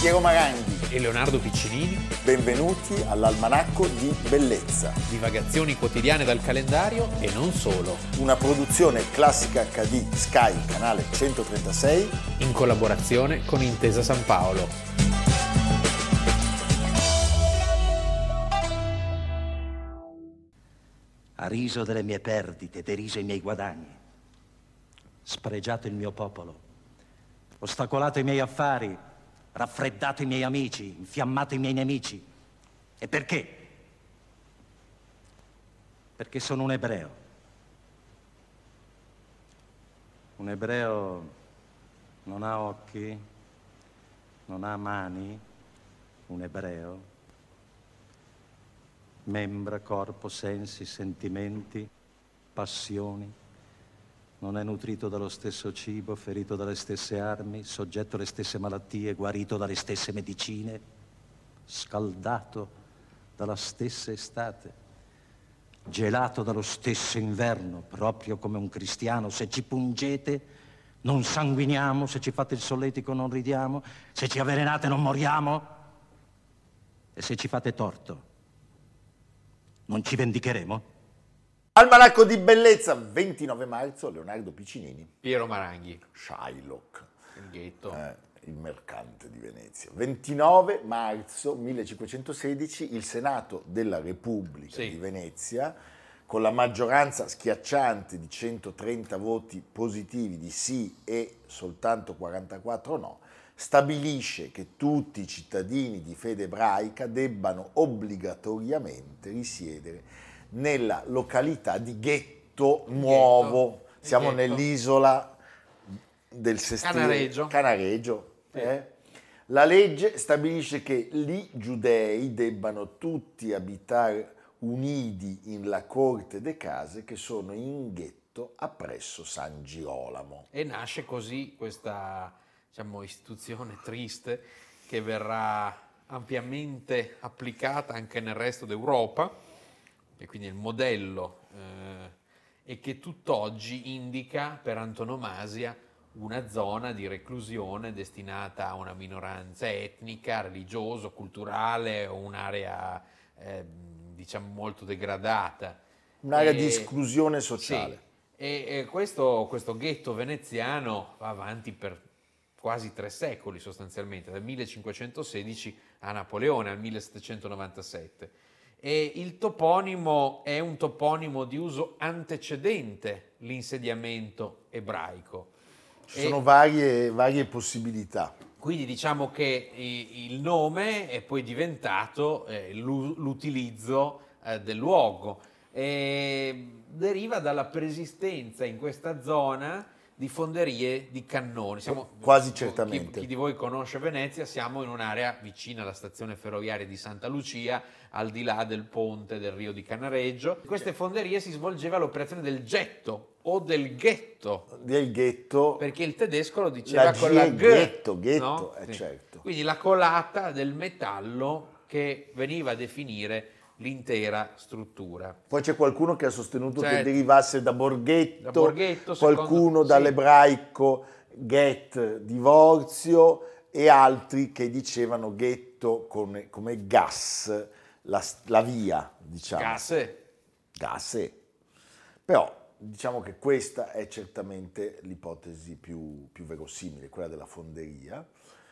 Piero Maranghi e Leonardo Piccinini. Benvenuti all'Almanacco di Bellezza. Divagazioni quotidiane dal calendario e non solo. Una produzione Classica HD Sky, canale 136. In collaborazione con Intesa San Paolo. Ha riso delle mie perdite, deriso i miei guadagni, spregiato il mio popolo, ostacolato i miei affari, raffreddato i miei amici, infiammato i miei nemici. E perché? Perché sono un ebreo. Un ebreo non ha occhi, non ha mani, un ebreo. Membra, corpo, sensi, sentimenti, passioni. Non è nutrito dallo stesso cibo, ferito dalle stesse armi, soggetto alle stesse malattie, guarito dalle stesse medicine, scaldato dalla stessa estate, gelato dallo stesso inverno, proprio come un cristiano. Se ci pungete, non sanguiniamo, se ci fate il solletico non ridiamo, se ci avvelenate non moriamo, e se ci fate torto non ci vendicheremo? Almanacco di Bellezza, 29 marzo, Leonardo Piccinini. Piero Maranghi. Shylock. Il ghetto. Il mercante di Venezia. 29 marzo 1516, il Senato della Repubblica di Venezia, con la maggioranza schiacciante di 130 voti positivi di sì e soltanto 44 no, stabilisce che tutti i cittadini di fede ebraica debbano obbligatoriamente risiedere nella località di Ghetto Nuovo. Siamo nell'isola del Sestiere, Canareggio. La legge stabilisce che gli giudei debbano tutti abitare uniti in la corte de case che sono in ghetto appresso San Girolamo. E nasce così questa istituzione triste che verrà ampiamente applicata anche nel resto d'Europa, e quindi il modello e che tutt'oggi indica per antonomasia una zona di reclusione destinata a una minoranza etnica, religiosa, culturale o un'area molto degradata. Un'area di esclusione sociale. Sì. E questo ghetto veneziano va avanti per quasi 3 secoli sostanzialmente, dal 1516 a Napoleone, al 1797. E il toponimo è un toponimo di uso antecedente l'insediamento ebraico. Ci sono varie possibilità. Quindi diciamo che il nome è poi diventato l'utilizzo del luogo. Deriva dalla preesistenza in questa zona di fonderie di cannoni. Quasi certamente. Chi di voi conosce Venezia, siamo in un'area vicina alla stazione ferroviaria di Santa Lucia, al di là del ponte del Rio di Canareggio. In queste fonderie si svolgeva l'operazione del getto o del ghetto. Del ghetto. Perché il tedesco lo diceva con la G. Ghetto, no? certo. Quindi la colata del metallo che veniva a definire l'intera struttura. Poi c'è qualcuno che ha sostenuto che derivasse da borghetto, qualcuno secondo, dall'ebraico get, divorzio, e altri che dicevano ghetto come gas, la via, diciamo. Gasse. Però diciamo che questa è certamente l'ipotesi più verosimile, quella della fonderia,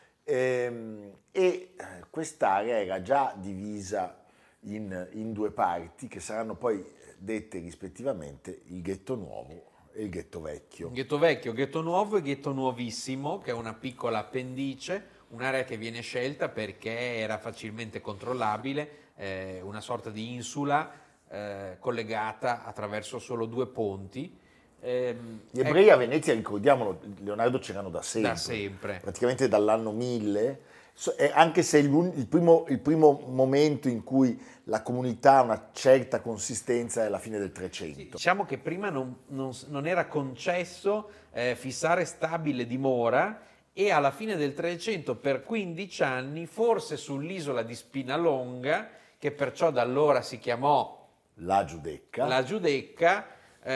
e quest'area era già divisa in 2 parti che saranno poi dette rispettivamente il ghetto nuovo e il ghetto vecchio. Ghetto vecchio, ghetto nuovo e ghetto nuovissimo, che è una piccola appendice, un'area che viene scelta perché era facilmente controllabile, una sorta di insula collegata attraverso solo 2 ponti. Gli ebrei a Venezia, ricordiamolo, Leonardo, c'erano da sempre. Praticamente dall'anno 1000. Anche se il primo momento in cui la comunità ha una certa consistenza è la fine del 300. Sì, diciamo che prima non era concesso fissare stabile dimora, e alla fine del 300 per 15 anni, forse sull'isola di Spinalonga, che perciò da allora si chiamò la Giudecca,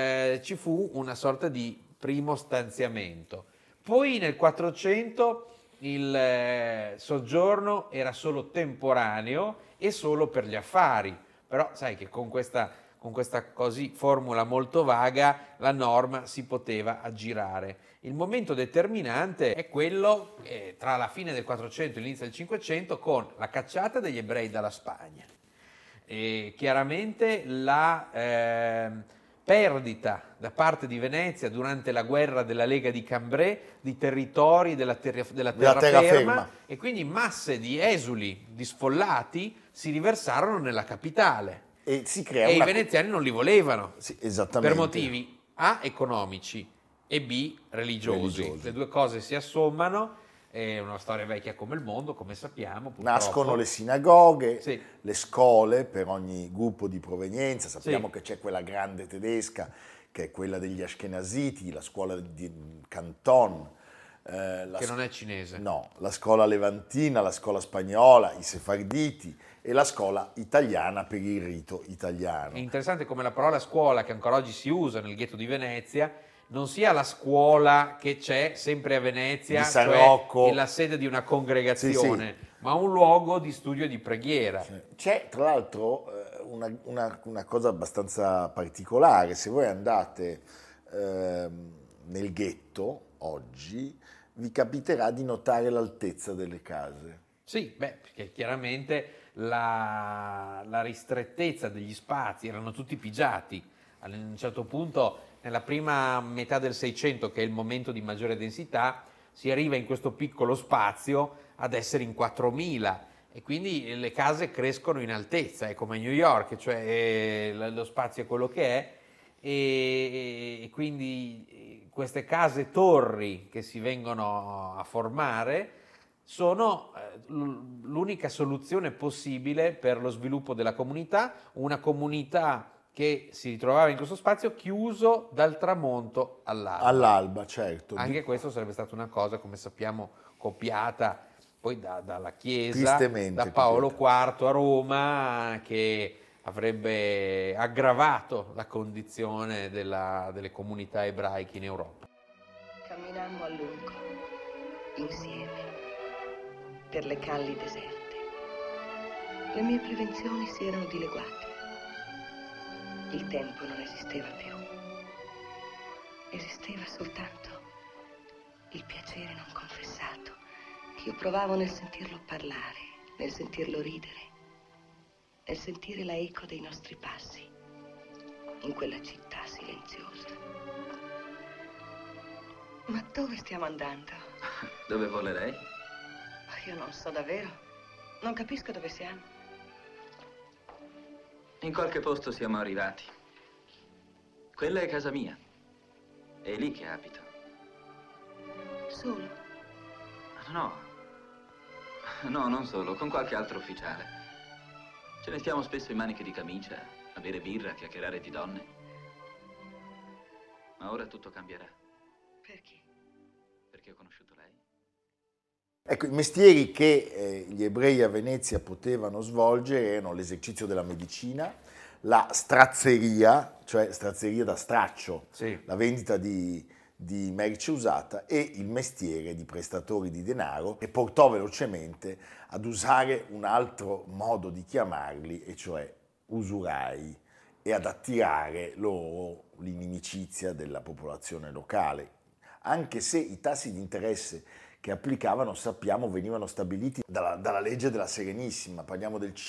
ci fu una sorta di primo stanziamento. Poi nel 400 il soggiorno era solo temporaneo e solo per gli affari, però sai che con questa così formula molto vaga la norma si poteva aggirare. Il momento determinante è quello tra la fine del 400 e l'inizio del 500 con la cacciata degli ebrei dalla Spagna. E chiaramente la perdita da parte di Venezia durante la guerra della Lega di Cambrai di territori della terraferma, e quindi masse di esuli, di sfollati si riversarono nella capitale e si crea i veneziani non li volevano, sì, esattamente, per motivi A economici e B religiosi. Le due cose si assommano. È una storia vecchia come il mondo, come sappiamo. Purtroppo. Nascono le sinagoghe, sì, le scuole per ogni gruppo di provenienza. Sappiamo sì, che c'è quella grande tedesca, che è quella degli Ashkenaziti, la scuola di Canton. Che non è cinese. No, la scuola levantina, la scuola spagnola, i sefarditi e la scuola italiana per il rito italiano. È interessante come la parola scuola, che ancora oggi si usa nel ghetto di Venezia, non sia la scuola che c'è sempre a Venezia, di San cioè Rocco, la sede di una congregazione, sì, ma un luogo di studio e di preghiera. Sì. C'è tra l'altro una cosa abbastanza particolare: se voi andate nel ghetto oggi vi capiterà di notare l'altezza delle case. Sì, perché chiaramente la ristrettezza degli spazi, erano tutti pigiati. A un certo punto, nella prima metà del 600, che è il momento di maggiore densità, si arriva in questo piccolo spazio ad essere in 4.000 e quindi le case crescono in altezza, è come New York, cioè lo spazio è quello che è, e quindi queste case torri che si vengono a formare sono l'unica soluzione possibile per lo sviluppo della comunità, una comunità che si ritrovava in questo spazio chiuso dal tramonto all'alba. All'alba, certo. Anche questo sarebbe stata una cosa, come sappiamo, copiata poi dalla Chiesa, da Paolo IV a Roma, che avrebbe aggravato la condizione delle comunità ebraiche in Europa. Camminammo a lungo, insieme, per le calli deserte. Le mie prevenzioni si erano dileguate. Il tempo non esisteva più. Esisteva soltanto il piacere non confessato che io provavo nel sentirlo parlare, nel sentirlo ridere, nel sentire la eco dei nostri passi in quella città silenziosa. Ma dove stiamo andando? Dove vuole lei? Io non so davvero. Non capisco dove siamo. In qualche posto siamo arrivati. Quella è casa mia. È lì che abito. Solo? No. No, non solo, con qualche altro ufficiale. Ce ne stiamo spesso in maniche di camicia, a bere birra, a chiacchierare di donne. Ma ora tutto cambierà. Perché? Perché ho conosciuto lei. Ecco, i mestieri che gli ebrei a Venezia potevano svolgere erano l'esercizio della medicina, la strazzeria, cioè strazzeria da straccio, sì, la vendita di merce usata, e il mestiere di prestatori di denaro, che portò velocemente ad usare un altro modo di chiamarli, e cioè usurai, e ad attirare loro l'inimicizia della popolazione locale, anche se i tassi di interesse che applicavano, sappiamo, venivano stabiliti dalla legge della Serenissima, parliamo del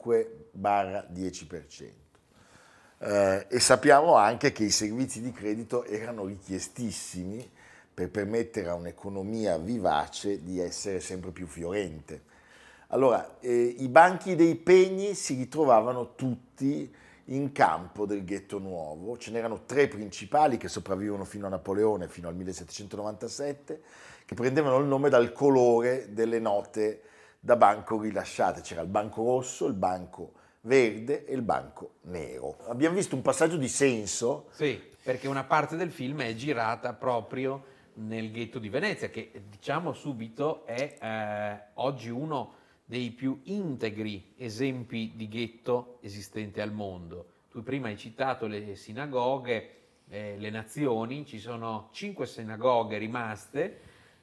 5/10%. E sappiamo anche che i servizi di credito erano richiestissimi per permettere a un'economia vivace di essere sempre più fiorente. Allora, i banchi dei pegni si ritrovavano tutti in campo del Ghetto Nuovo. Ce n'erano 3 principali che sopravvivono fino a Napoleone, fino al 1797, che prendevano il nome dal colore delle note da banco rilasciate. C'era il banco rosso, il banco verde e il banco nero. Abbiamo visto un passaggio di senso. Sì, perché una parte del film è girata proprio nel ghetto di Venezia, che diciamo subito è oggi uno dei più integri esempi di ghetto esistente al mondo. Tu prima hai citato le sinagoghe, le nazioni, ci sono 5 sinagoghe rimaste,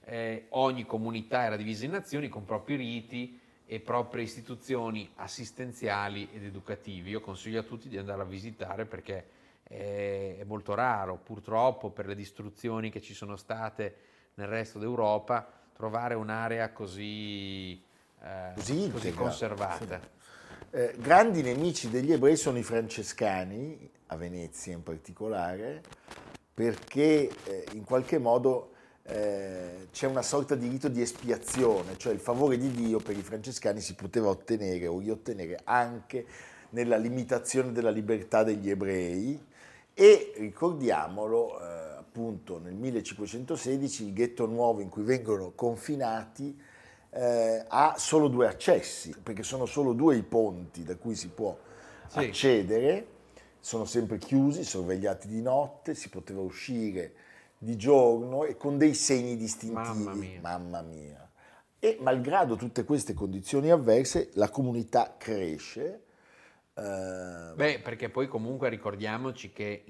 ogni comunità era divisa in nazioni con propri riti e proprie istituzioni assistenziali ed educativi. Io consiglio a tutti di andare a visitare perché è molto raro, purtroppo, per le distruzioni che ci sono state nel resto d'Europa, trovare un'area così conservata. Sì. Grandi nemici degli ebrei sono i francescani, a Venezia in particolare, perché in qualche modo c'è una sorta di rito di espiazione, cioè il favore di Dio per i francescani si poteva ottenere o riottenere anche nella limitazione della libertà degli ebrei, e ricordiamolo, appunto nel 1516 il ghetto nuovo in cui vengono confinati ha solo 2 accessi, perché sono solo 2 i ponti da cui si può accedere, sono sempre chiusi, sorvegliati di notte, si poteva uscire di giorno e con dei segni distintivi. Mamma mia. E malgrado tutte queste condizioni avverse, la comunità cresce. Perché poi comunque ricordiamoci che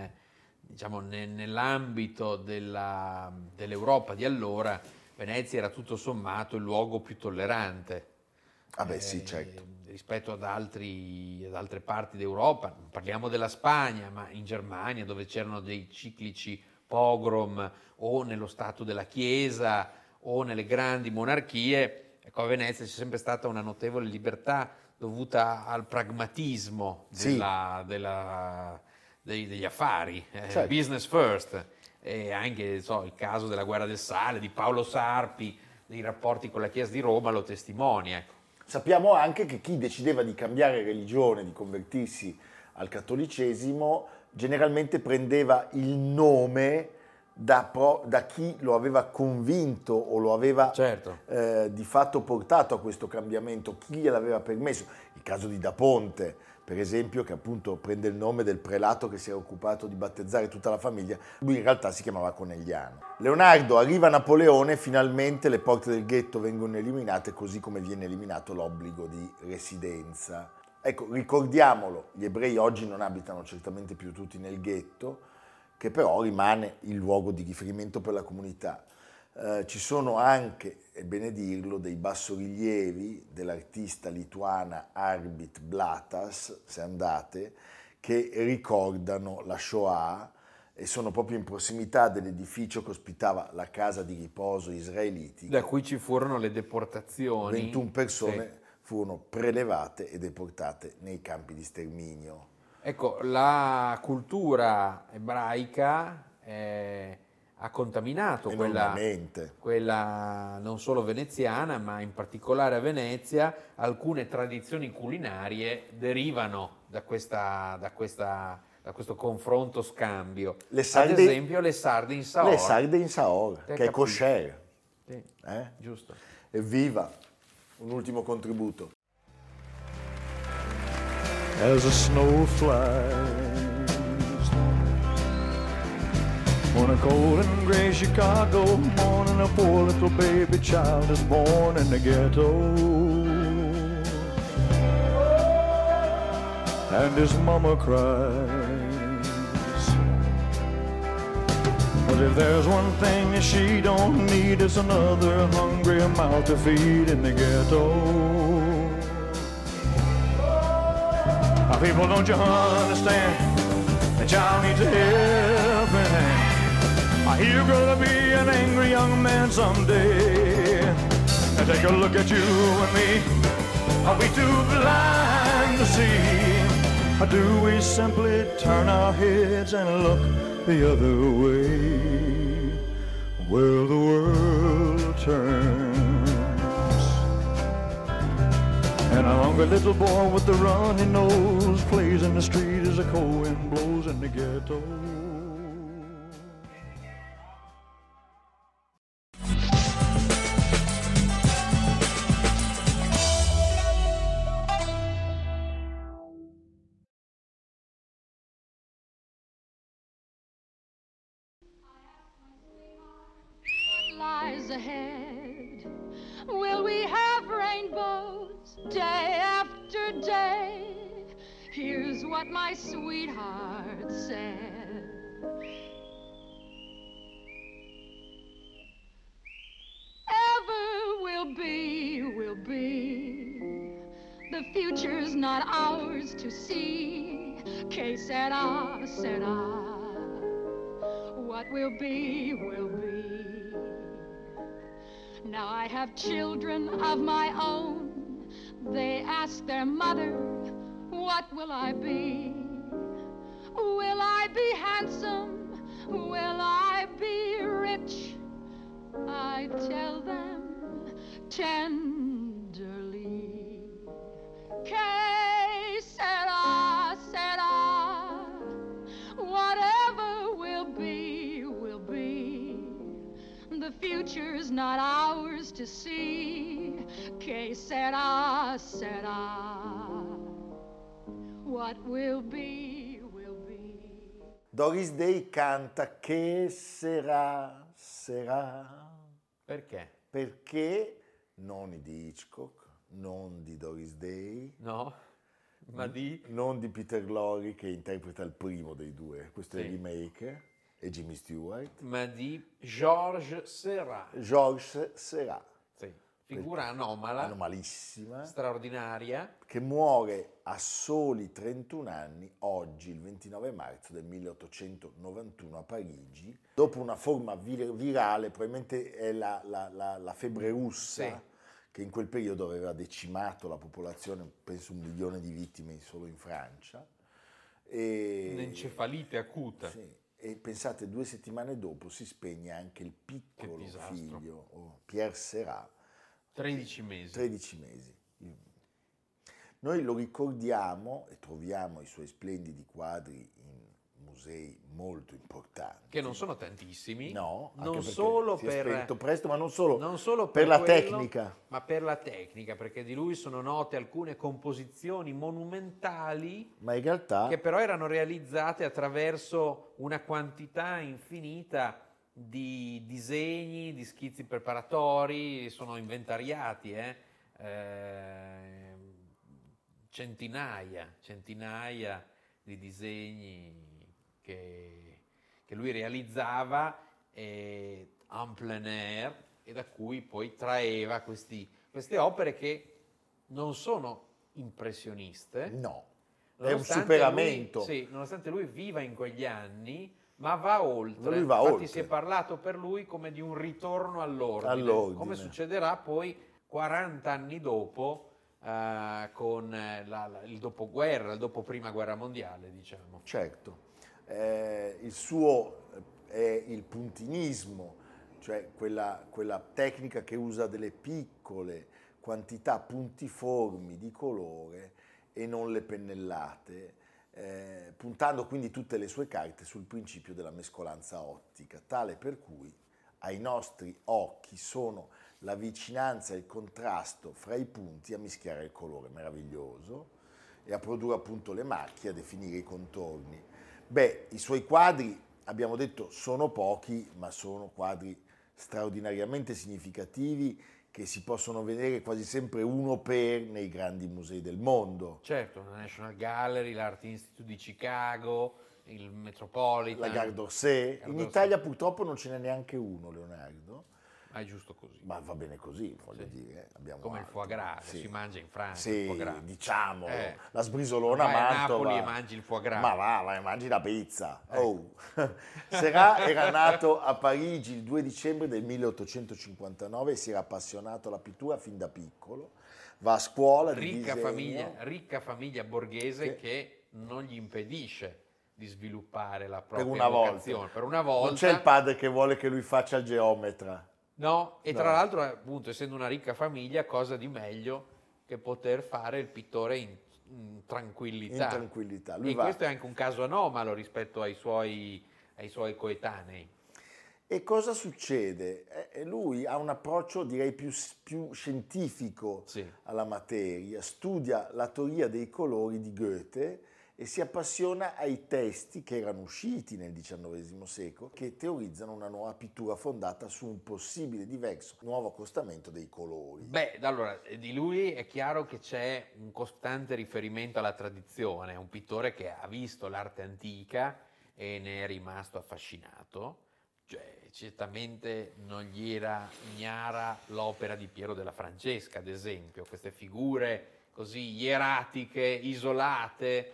nell'ambito dell'Europa di allora, Venezia era tutto sommato il luogo più tollerante. Sì, certo. Rispetto ad altre parti d'Europa, non parliamo della Spagna, ma in Germania, dove c'erano dei ciclici pogrom, o nello Stato della Chiesa, o nelle grandi monarchie, ecco, a Venezia c'è sempre stata una notevole libertà dovuta al pragmatismo degli affari, certo. Business first. E anche il caso della guerra del sale, di Paolo Sarpi, dei rapporti con la Chiesa di Roma lo testimonia. Sappiamo anche che chi decideva di cambiare religione, di convertirsi al cattolicesimo, generalmente prendeva il nome da chi lo aveva convinto o lo aveva di fatto portato a questo cambiamento, chi gliel'aveva permesso. Il caso di Da Ponte, per esempio, che appunto prende il nome del prelato che si era occupato di battezzare tutta la famiglia, lui in realtà si chiamava Conegliano. Leonardo, arriva Napoleone, finalmente le porte del ghetto vengono eliminate, così come viene eliminato l'obbligo di residenza. Ecco, ricordiamolo, gli ebrei oggi non abitano certamente più tutti nel ghetto, che però rimane il luogo di riferimento per la comunità. Ci sono anche, è bene dirlo, dei bassorilievi dell'artista lituana Arbit Blatas, se andate, che ricordano la Shoah e sono proprio in prossimità dell'edificio che ospitava la casa di riposo israeliti. Da cui ci furono le deportazioni. 21 persone furono prelevate e deportate nei campi di sterminio. Ecco, la cultura ebraica ha contaminato quella non solo veneziana, ma in particolare a Venezia. Alcune tradizioni culinarie derivano da questo confronto scambio. Ad esempio le sarde in saor. Le sarde in saor, che è kosher. Sì, giusto. Evviva! Un ultimo contributo. As a snow flies on a cold and gray Chicago morning, a poor little baby child is born in the ghetto, and his mama cries. But if there's one thing that she don't need, it's another hungry mouth to feed in the ghetto. People, don't you understand? The child needs a helping hand. I hear you're gonna be an angry young man someday. Now take a look at you and me. Are we too blind to see? Or do we simply turn our heads and look the other way? Well, the world turns. And a hungry little boy with the runny nose plays in the street as the cold wind blows in the ghetto. What lies ahead? Will we have rainbows day after day? Here's what my sweetheart said. future's not ours to see. Que sera, sera. What will be, will be. Now I have children of my own. They ask their mother, what will I be? Will I be handsome? Will I be rich? I tell them tenderly. Que sera, sera. Whatever will be, will be. The future's not ours to see. Que sera, sera. What will be, will be. Doris Day canta Che sarà, sarà. Perché? Perché non di Hitchcock, non di Doris Day, No? Ma di? non di Peter Lorre che interpreta il primo dei due, questo è il Sì. remake, e Jimmy Stewart, Ma di Georges Seurat. Georges Seurat, Sì. Figura anomala, anomalissima, straordinaria. che muore a soli 31 anni, oggi, il 29 marzo del 1891 a Parigi, dopo una forma virale, probabilmente è la febbre russa, Sì. che in quel periodo aveva decimato la popolazione, penso 1 milione di vittime solo in Francia. Un'encefalite acuta. Sì, e pensate, 2 settimane dopo si spegne anche il piccolo disastro. figlio, Pierre Seurat, 13 mesi. 13 mesi. Noi lo ricordiamo e troviamo i suoi splendidi quadri in musei molto importanti. Che non sono tantissimi. No, anche non perché solo si è per spento presto, ma non solo, non solo per la quello, tecnica. ma per la tecnica, perché di lui sono note alcune composizioni monumentali Ma in realtà che però erano realizzate attraverso una quantità infinita di disegni, di schizzi preparatori, sono inventariati, centinaia di disegni che lui realizzava en plein air, e da cui poi traeva queste opere che non sono impressioniste. no, è un Nonostante superamento. nonostante lui viva in quegli anni, ma va oltre. Lui va Infatti oltre. si è parlato per lui come di un ritorno all'ordine, All'ordine. come succederà poi 40 anni dopo con il dopoguerra, il dopo prima guerra mondiale, diciamo. Certo, il suo è il puntinismo, cioè quella tecnica che usa delle piccole quantità puntiformi di colore e non le pennellate, puntando quindi tutte le sue carte sul principio della mescolanza ottica, tale per cui ai nostri occhi sono la vicinanza e il contrasto fra i punti a mischiare il colore meraviglioso e a produrre appunto le macchie, a definire i contorni. Beh, i suoi quadri, abbiamo detto, sono pochi, ma sono quadri straordinariamente significativi che si possono vedere quasi sempre uno per nei grandi musei del mondo. Certo, la National Gallery, l'Art Institute di Chicago, il Metropolitan. La Gare d'Orsay. In Italia purtroppo non ce n'è neanche uno, Leonardo. Ma è giusto così. Ma va bene così, voglio dire. Abbiamo Come il altro. foie gras, Sì. si mangia in Francia il Sì, foie gras. diciamo, Eh. la sbrisolona Vai a Mantova. Napoli e mangi il foie gras. Ma vai e mangi la pizza. Oh. Seurat era nato a Parigi il 2 dicembre del 1859 e si era appassionato alla pittura fin da piccolo. Va a scuola di disegno. Ricca famiglia borghese che non gli impedisce di sviluppare la Per propria una vocazione. volta. Per una volta. Non c'è il padre che vuole che lui faccia il geometra. No, e tra No. l'altro, appunto, essendo una ricca famiglia, cosa di meglio che poter fare il pittore in tranquillità. In tranquillità. Lui E va- questo è anche un caso anomalo rispetto ai suoi coetanei. E cosa succede? Lui ha un approccio, direi, più scientifico Sì. alla materia, studia la teoria dei colori di Goethe e si appassiona ai testi che erano usciti nel XIX secolo, che teorizzano una nuova pittura fondata su un possibile diverso nuovo accostamento dei colori. Beh, allora, di lui è chiaro che c'è un costante riferimento alla tradizione, è un pittore che ha visto l'arte antica e ne è rimasto affascinato, cioè certamente non gli era ignara l'opera di Piero della Francesca, ad esempio, queste figure così ieratiche, isolate,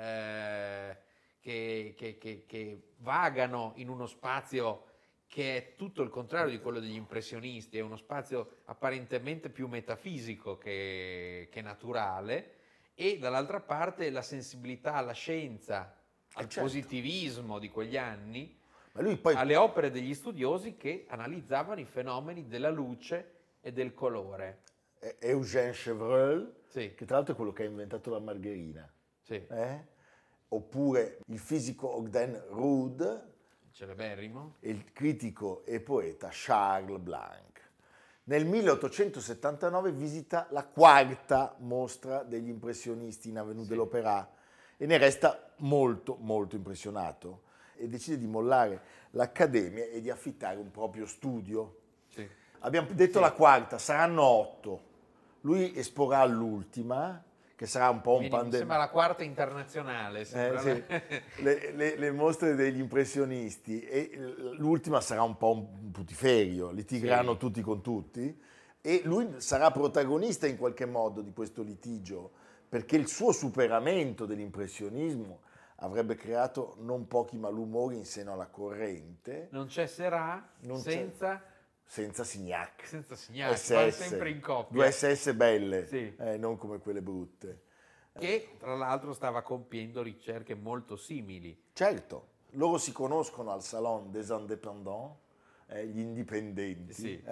che vagano in uno spazio che è tutto il contrario di quello degli impressionisti, è uno spazio apparentemente più metafisico che naturale, e dall'altra parte la sensibilità alla scienza, al positivismo di quegli anni, ma lui poi... alle opere degli studiosi che analizzavano i fenomeni della luce e del colore. Eugène Chevreul, Sì. che tra l'altro è quello che ha inventato la margherina. Sì. Oppure il fisico Ogden Rood, Celeberrimo. e il critico e poeta Charles Blanc. Nel 1879 visita la quarta mostra degli impressionisti in Avenue de l'Opéra e ne resta molto molto impressionato e decide di mollare l'accademia e di affittare un proprio studio. Sì. Abbiamo detto la quarta, saranno 8. Lui esporrà all'ultima, che sarà un po' un pandemia. Sembra la quarta internazionale. Sì. Le mostre degli impressionisti, e l'ultima sarà un po' un putiferio, litigheranno tutti con tutti, e lui sarà protagonista in qualche modo di questo litigio, perché il suo superamento dell'impressionismo avrebbe creato non pochi malumori in seno alla corrente. Non c'è Seurat senza Signac. Senza Signac, SS, sempre in coppia. 2 SS belle, Sì. Non come quelle brutte. Che tra l'altro stava compiendo ricerche molto simili. Certo, loro si conoscono al Salon des Indépendants, gli indipendenti, Sì.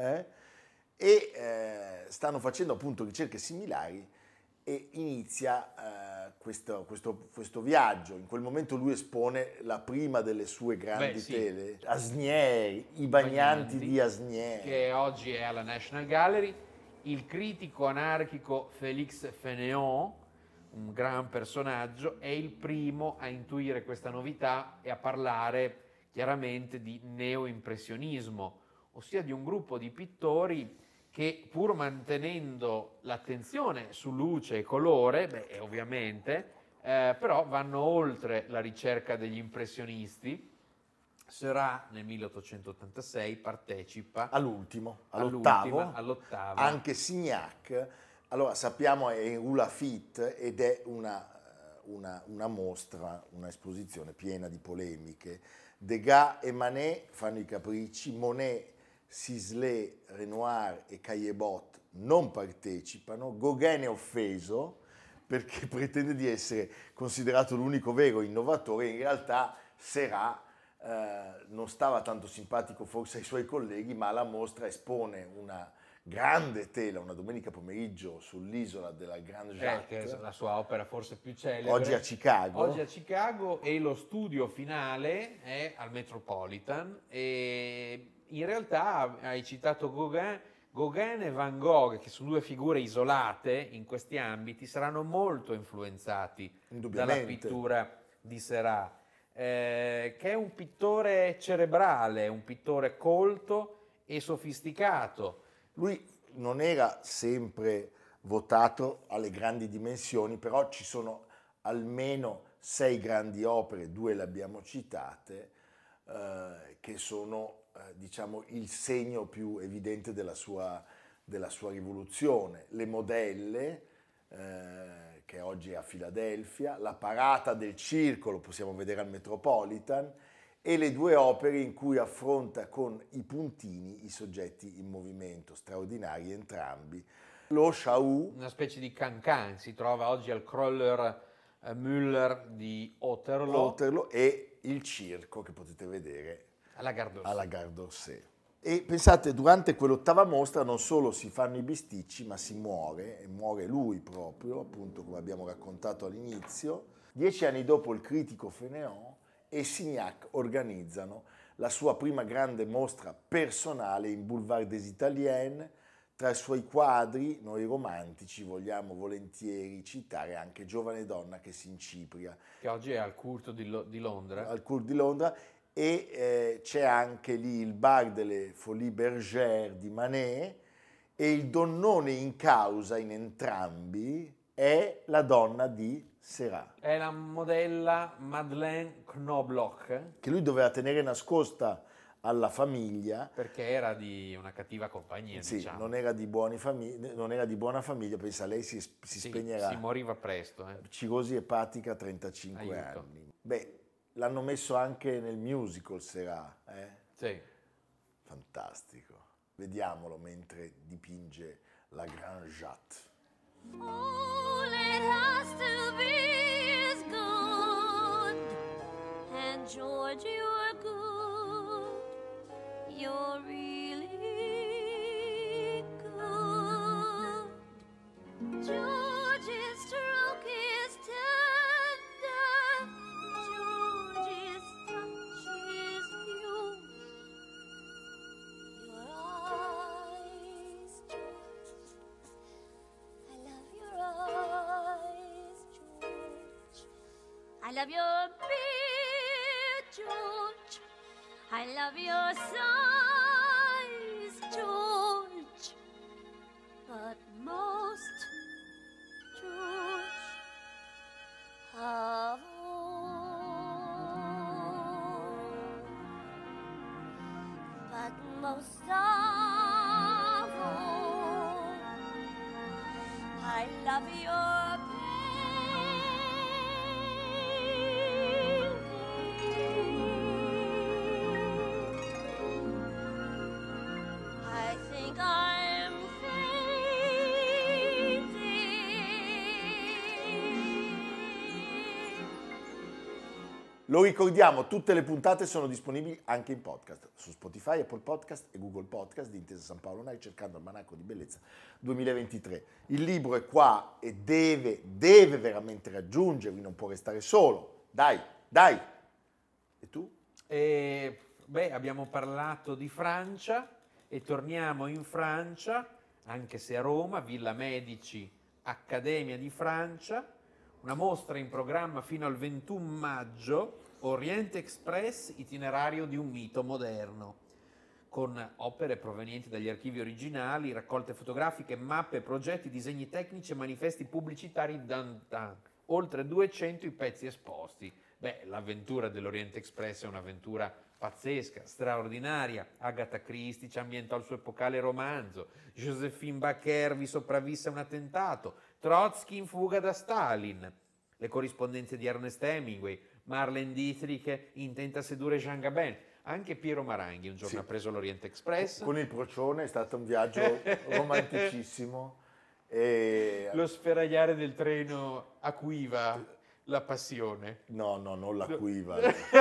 E stanno facendo appunto ricerche similari, e inizia questo viaggio. In quel momento lui espone la prima delle sue grandi tele, Asnières, i bagnanti di Asnières, che oggi è alla National Gallery. Il critico anarchico Félix Fénéon, un gran personaggio, è il primo a intuire questa novità e a parlare chiaramente di neoimpressionismo, ossia di un gruppo di pittori che, pur mantenendo l'attenzione su luce e colore, ovviamente, però vanno oltre la ricerca degli impressionisti. Seurat nel 1886 partecipa all'ottavo, anche Signac. Allora sappiamo è in Rue Lafitte ed è una mostra, una esposizione piena di polemiche. Degas e Manet fanno i capricci, Monet, Sisley, Renoir e Caillebotte non partecipano, Gauguin è offeso perché pretende di essere considerato l'unico vero innovatore. In realtà Seurat non stava tanto simpatico forse ai suoi colleghi, ma alla mostra espone una grande tela una domenica pomeriggio sull'isola della Grande Jatte, che è la sua opera forse più celebre. Oggi a Chicago, e lo studio finale è al Metropolitan. E in realtà hai citato Gauguin e Van Gogh, che sono due figure isolate in questi ambiti, saranno molto influenzati dalla pittura di Seurat, che è un pittore cerebrale, un pittore colto e sofisticato. Lui non era sempre votato alle grandi dimensioni, però ci sono almeno 6 grandi opere, 2 le abbiamo citate, che sono diciamo il segno più evidente della sua rivoluzione. Le Modelle, che oggi è a Filadelfia, la Parata del Circolo, possiamo vedere al Metropolitan, e le 2 opere in cui affronta con i puntini i soggetti in movimento, straordinari entrambi. Lo Chaou, una specie di cancan, si trova oggi al Kröller Müller di Otterlo, e il circo che potete vedere alla Gare d'Orsay. E pensate, durante quell'8ª mostra non solo si fanno i bisticci, ma si muore, e muore lui proprio, appunto come abbiamo raccontato all'inizio. 10 anni dopo il critico Fénéon e Signac organizzano la sua prima grande mostra personale in Boulevard des Italiennes. Tra i suoi quadri, noi romantici vogliamo volentieri citare anche Giovane donna che si incipria, che oggi è al Court di Londra. Al Court di Londra, e c'è anche lì il Bar delle Folies Bergère di Manet, e il donnone in causa in entrambi è la donna di Seurat. È la modella Madeleine Knobloch, che lui doveva tenere nascosta alla famiglia. Perché era di una cattiva compagnia, sì, diciamo. non era di buona famiglia, pensa, lei si spegnerà. Si moriva presto. Cirrosi epatica, 35 anni. Beh, l'hanno messo anche nel musical, Serà. Sì. Fantastico. Vediamolo mentre dipinge la Grande Jatte. All it has to be is good, and George, you're good, you're really good. George's stroke is tender, George's touch is new. Your eyes, George, I love your eyes, George. I love your beard, George. I love your size, George. But most, George, of all. But most of all, I love your painting. I think I'm fainting. Lo ricordiamo, tutte le puntate sono disponibili anche in podcast su Spotify, Apple Podcast e Google Podcast di Intesa San Paolo Night, cercando Almanacco di Bellezza 2023. Il libro è qua e deve veramente raggiungervi, non può restare solo. Dai! E tu? Abbiamo parlato di Francia e torniamo in Francia, anche se a Roma, Villa Medici, Accademia di Francia, una mostra in programma fino al 21 maggio, Oriente Express, itinerario di un mito moderno, con opere provenienti dagli archivi originali, raccolte fotografiche, mappe, progetti, disegni tecnici e manifesti pubblicitari d'antan. Oltre 200 i pezzi esposti. L'avventura dell'Oriente Express è un'avventura pazzesca, straordinaria. Agatha Christie ci ambientò il suo epocale romanzo. Joséphine Baker vi sopravvisse a un attentato. Trotsky in fuga da Stalin. Le corrispondenze di Ernest Hemingway. Marlene Dietrich intenta a sedurre Jean Gabin. Anche Piero Maranghi un giorno ha preso l'Oriente Express. Con il procione è stato un viaggio romanticissimo. Lo sferragliare del treno acuiva la passione. No, non l'acuiva.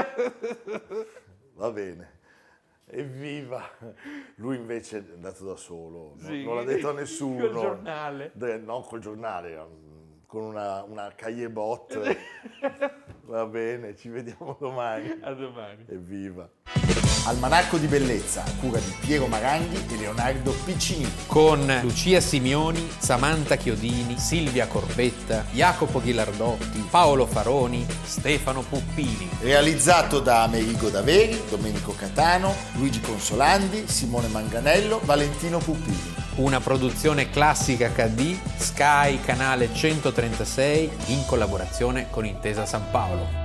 Va bene. Evviva! Lui invece è andato da solo, non l'ha detto a nessuno. Col giornale. No, col giornale, con una cahier-bot. Va bene, ci vediamo domani. A domani. Evviva! Almanacco di Bellezza, a cura di Piero Maranghi e Leonardo Piccini. Con Lucia Simioni, Samantha Chiodini, Silvia Corbetta, Jacopo Ghilardotti, Paolo Faroni, Stefano Puppini. Realizzato da Amerigo Daveri, Domenico Catano, Luigi Consolandi, Simone Manganello, Valentino Puppini. Una produzione Classica HD, Sky, canale 136, in collaborazione con Intesa San Paolo.